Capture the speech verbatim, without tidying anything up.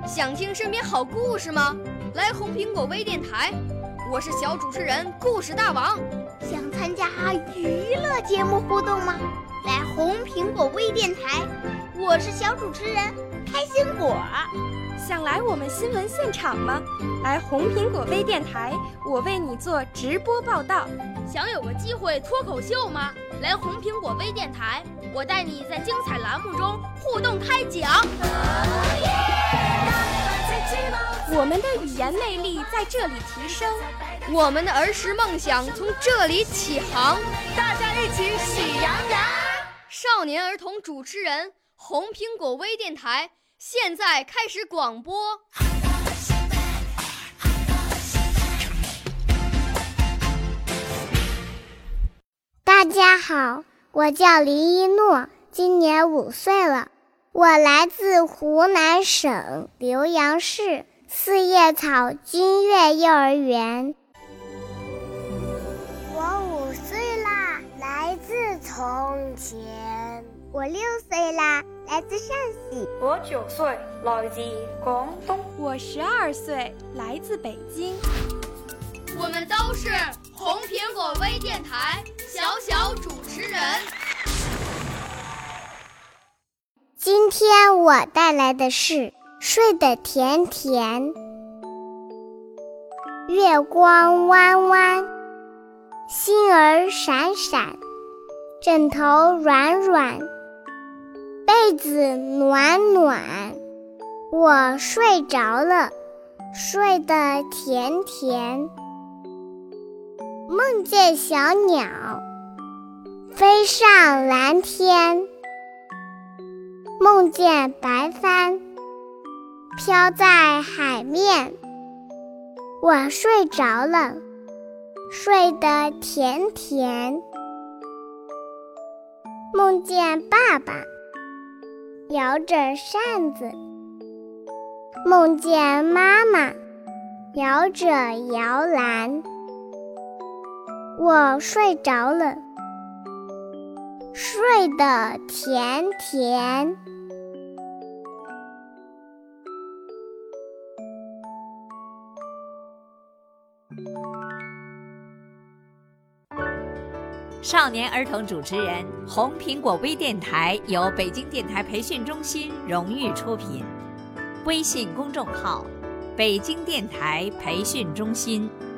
想听身边好故事吗？来红苹果微电台，我是小主持人故事大王。 想参加娱乐节目互动吗？来红苹果微电台，我是小主持人开心果。 想来我们新闻现场吗？来红苹果微电台，我为你做直播报道。 想有个机会脱口秀吗？来红苹果微电台，我带你在精彩栏目中互动开讲。 我们的语言魅力在这里提升， 我们的儿时梦想从这里起航。 大家一起喜羊羊。 少年儿童主持人，红苹果微电台现在开始广播。 大家好，我叫黎一诺，今年五岁了，我来自湖南省浏阳市四叶草君悦幼儿园。 我五岁啦，来自从前。 我六岁啦，来自陕西。 我九岁，来自广东。 我十二岁，来自北京。 我们都是红苹果微电台小小主持人。 今天我带来的是睡得甜甜。月光弯弯，星儿闪闪，枕头软软，被子暖暖，我睡着了，睡得甜甜。梦见小鸟飞上蓝天，梦见白帆飘在海面，我睡着了，睡得甜甜。梦见爸爸摇着扇子，梦见妈妈摇着摇篮，我睡着了，睡得甜甜。 少年儿童主持人，红苹果微电台由北京电台培训中心荣誉出品，微信公众号：北京电台培训中心。